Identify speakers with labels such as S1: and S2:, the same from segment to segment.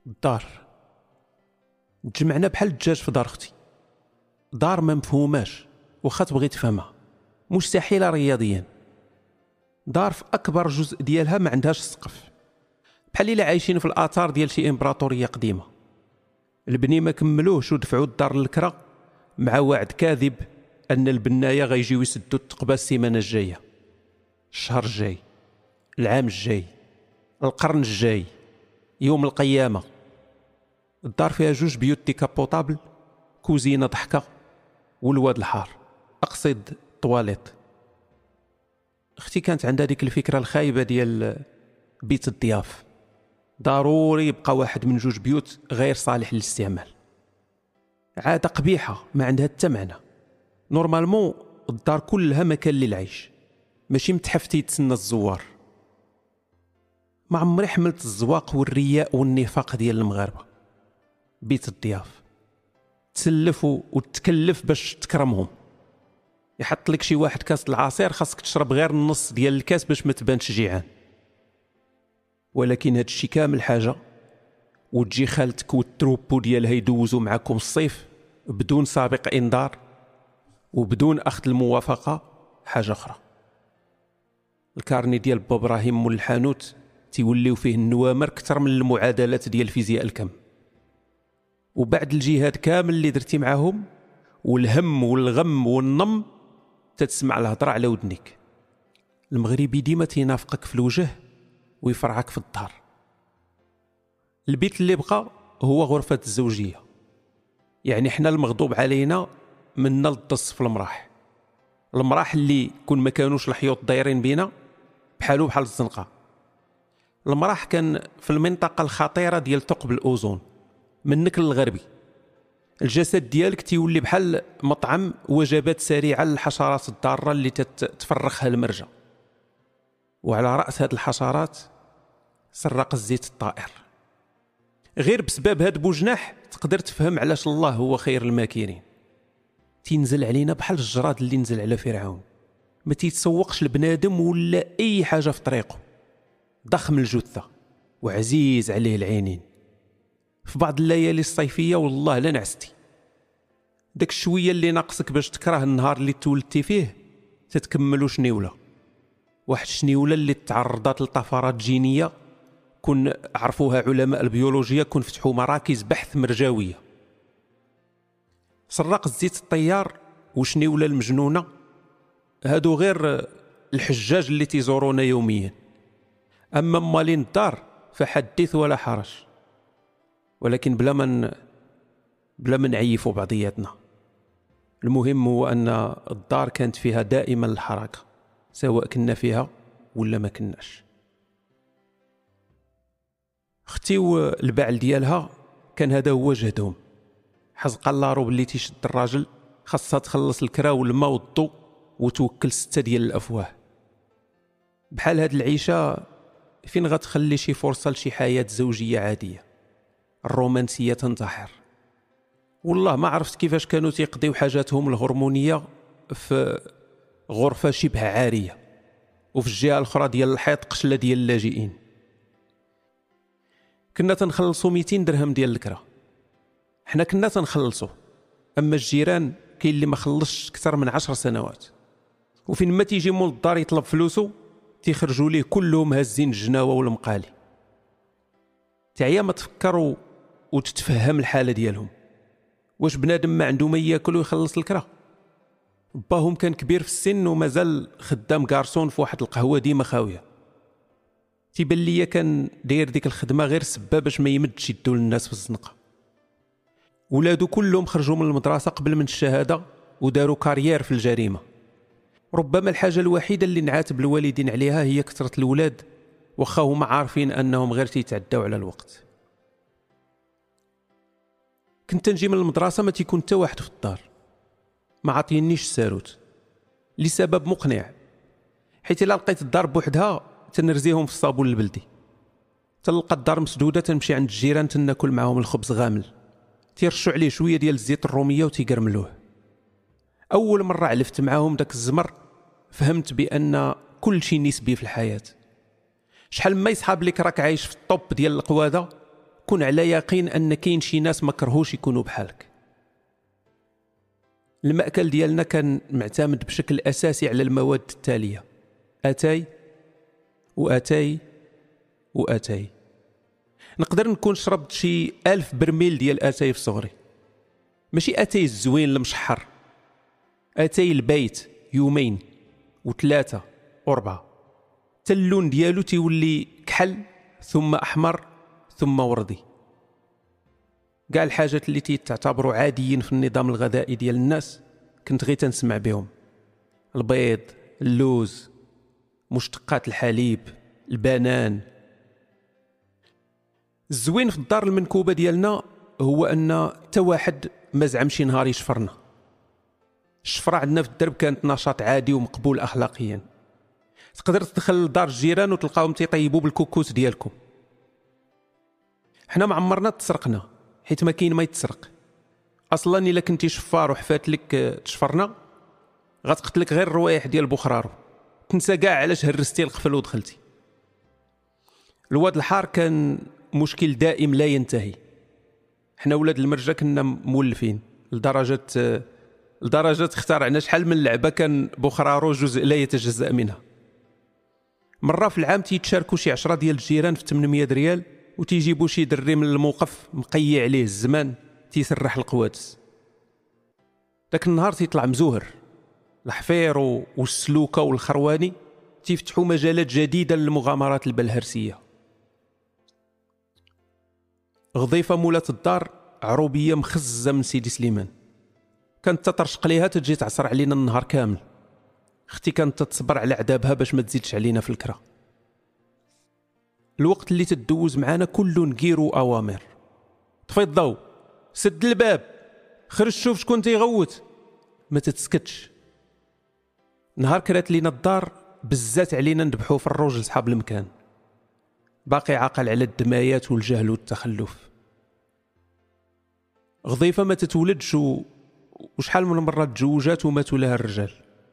S1: الدار تجمعنا بحال الدجاج في دار اختي. دار ما مفهوماش واخا تبغي تفهمها، مستحيله رياضيا. دار في اكبر جزء ديالها ما عندهاش السقف، بحال الا عايشين في الاثار ديال شي امبراطوريه قديمه. البني ما كملوهش ودفعوا الدار للكرا مع وعد كاذب ان البنايه غيجيو يسدوا التقبه السيمانه الجايه، الشهر الجاي، العام الجاي، القرن الجاي، يوم القيامه. الدار فيها 2 بيوت ديكابوطابل، كوزينه ضحكه، والواد الحار، اقصد طواليت. اختي كانت عندها ديك الفكره الخايبه ديال بيت الضياف، ضروري يبقى واحد من 2 بيوت غير صالح للاستعمال. عاده قبيحه ما عندها حتى معنى. نورمالمون الدار كلها مكان للعيش، ماشي متحف تيتسنى الزوار. ما عمري حملت الزواق والرياء والنفاق ديال المغاربه. بيت الضياف تسلف وتكلف باش تكرمهم. يحط لك شي واحد كاس العصير، خاصك تشرب غير النص ديال الكاس باش ما تبانش جيعان. ولكن هاد الشي كامل حاجه، وتجي خالتك والتروبو ديالها يدوزوا معاكم الصيف بدون سابق انذار وبدون اخذ الموافقه، حاجه اخرى. الكارني ديال بابا ابراهيم مول الحانوت تيوليو فيه النوامر كثر من المعادلات ديال فيزياء الكم. وبعد الجهاد كامل اللي درتي معاهم والهم والغم والنم، تتسمع الهضره على ودنك. المغربي ديما تينافقك في الوجه ويفرعك في الظهر. البيت اللي بقى هو غرفه الزوجيه، يعني حنا المغضوب علينا منا للضص في المراح. المراح اللي كون ما كانوش الحيوط دايرين بينا بحالو بحال الزنقه. المراح كان في المنطقه الخطيره ديال ثقب الاوزون، منك للغربي. الجسد ديالك تيولي بحال مطعم وجبات سريعه للحشرات الضاره اللي تفرخها المرجه. وعلى راس هاد الحشرات سرق الزيت الطائر. غير بسبب هاد بوجناح تقدر تفهم علاش الله هو خير الماكرين. تينزل علينا بحال الجراد اللي نزل على فرعون، ما تيتسوقش لبنادم ولا اي حاجه في طريقه. ضخم الجثه وعزيز عليه العينين. في بعض الليالي الصيفيه والله لا نعستي، داك الشويه اللي ناقصك باش تكره النهار اللي تولدتي فيه تتكملوا شنيوله. واحد الشنيوله اللي تعرضت لطفرات جينيه كون عرفوها علماء البيولوجيا، كون فتحوا مراكز بحث مرجاويه. سراق الزيت الطيار وشنيوله المجنونه هادو غير الحجاج اللي تيزورونا يوميا. اما مالين الدار فحدث ولا حرج. ولكن بلا ما نعيفوا بعضياتنا. المهم هو ان الدار كانت فيها دائما الحركه، سواء كنا فيها ولا ما كناش. اختي والبعل ديالها كان هذا هو جهدهم. حزق الله رو باللي تيشد الراجل خاصها تخلص الكرا والماء والضو وتوكل 6 ديال الافواه. بحال هاد العيشه فين غتخلي شي فرصه لشي حياه زوجيه عاديه؟ الرومانسيه تنتحر. والله ما عرفت كيفاش كانوا تيقضيو حاجاتهم الهرمونيه في غرفه شبه عاريه، وفي الجهه الاخرى ديال الحيط قشله ديال اللاجئين. كنا تنخلصوا 200 درهم ديال الكرا، حنا كنا تنخلصوا. اما الجيران كاين اللي ما خلصش اكثر من 10 سنوات، وفين ما تيجي مول الدار يطلب فلوسه تيخرجوا ليه كلهم هازين الجناوه والمقالي. تعيا ما تفكروا وتتفهم الحاله ديالهم. واش بنادم ما عنده ما ياكل ويخلص الكرا؟ باهم كان كبير في السن ومازال خدام كارسون في واحد القهوه ديما خاويه. تيبان ليا كان داير ديك الخدمه غير سبه باش ما يمدش يدو للناس في الزنقه. ولادو كلهم خرجوا من المدرسه قبل من الشهاده وداروا كارير في الجريمه. ربما الحاجه الوحيده اللي نعاتب الوالدين عليها هي كثره الولاد، واخا هما عارفين انهم غير تيتعداو على الوقت. كنت نجي من المدرسه ما تيكون حتى واحد في الدار، ما عاطينيش الساروت لسبب مقنع، حيت الا لقيت الدار بوحدها تنرزيهم في الصابون البلدي. تلقى الدار مسدوده تنمشي عند الجيران تناكل معاهم الخبز غامل، تيرشوا عليه شويه ديال الزيت الروميه وتيقرملوه. اول مره علفت معاهم داك الزمر فهمت بان كل شيء نسبي في الحياه. شحال ما يصحاب لك راك عايش في الطوب ديال القواده، كن على يقين ان كاين شي ناس ما كرهوش يكونوا بحالك. المأكل ديالنا كان معتمد بشكل اساسي على المواد التاليه: اتاي واتاي واتاي. نقدر نكون شربت شي 1000 برميل ديال اتاي في صغري، ماشي اتاي الزوين المشحر، اتاي البيت يومين وثلاثه وربعه، حتى اللون ديالو تيولي كحل ثم احمر ثم وردي. كاع الحاجات اللي تعتبروا عاديين في النظام الغذائي ديال الناس كنت غير تنسمع بهم: البيض، اللوز، مشتقات الحليب، البنان. الزوين في الدار المنكوبه ديالنا هو ان حتى واحد ما زعم شي نهار يشفرنا. الشفره عندنا في الدرب كانت نشاط عادي ومقبول اخلاقيا. تقدر تدخل لدار الجيران وتلقاهم تيطيبوا بالكوكوس ديالكم. حنا ما عمرنا تسرقنا، حيت ما كاين ما يتسرق اصلا. الا كنتي شفار وحفات لك تشفرنا غتقتلك غير الروايح ديال بخرارو، تنسى كاع علاش هرستي القفل ودخلتي. الواد الحار كان مشكل دائم لا ينتهي. حنا ولاد المرجة كنا مولفين لدرجة اخترعنا شحال من لعبة كان بخرارو جزء لا يتجزأ منها. مرة في العام تيتشاركوا شي 10 ديال الجيران في 800 ريال، وتيجيبوا شي دري من الموقف مقيع عليه الزمان تيسرح القوادس. داك النهار تيطلع مزوهر. الحفير والسلوكة والخرواني تيفتحوا مجالات جديدة للمغامرات البلهرسية. غضيفة مولات الدار عروبية مخزة من سيدي سليمان، كانت تطرشق ليها تجي تعصر علينا النهار كامل. اختي كانت تتصبر على عذابها باش ما تزيدش علينا في الكرة. الوقت اللي تدوز معانا كله نقير وأوامر: طفي الضوء، سد الباب، خرج شوف شكون تيغوت، ما تتسكتش. نهار كرات لينا الدار بزات علينا نذبحوا في الروج لصحاب المكان، باقي عاقل على الدمايات والجهل والتخلف. غضيفة ما تتولدش وشحال من مرة تزوجات وماتوا لها الرجال.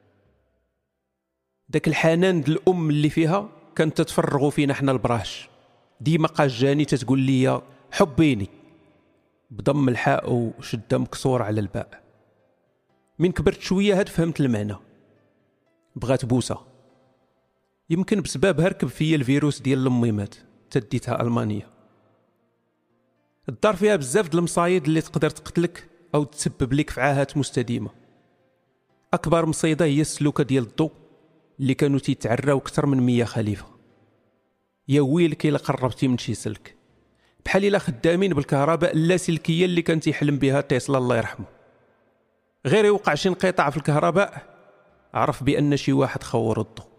S1: داك الحنان د الأم اللي فيها كانت تتفرغوا فينا حنا البراش. ديما قاجاني تتقول لي حبيني بضم الحاء وشدة مكسور على الباء. من كبرت شوية هاد فهمت المعنى، بغات بوسة. يمكن بسببها ركب فيا الفيروس ديال الاميمات، تديتها ألمانيا. الدار فيها بزاف د المصايد اللي تقدر تقتلك أو تسبب لك في عاهات مستديمة. أكبر مصيدة هي السلوكة ديال الضوء اللي كانوا تيتعراو أكثر من 100 خليفة. يا ويلك إلا قربتي من شي سلك، بحال إلا خدامين بالكهرباء اللاسلكية اللي كان تيحلم بها تيسلا الله يرحمه. غير يوقع شي انقطاع في الكهرباء عرف بأن شي واحد خور الضوء.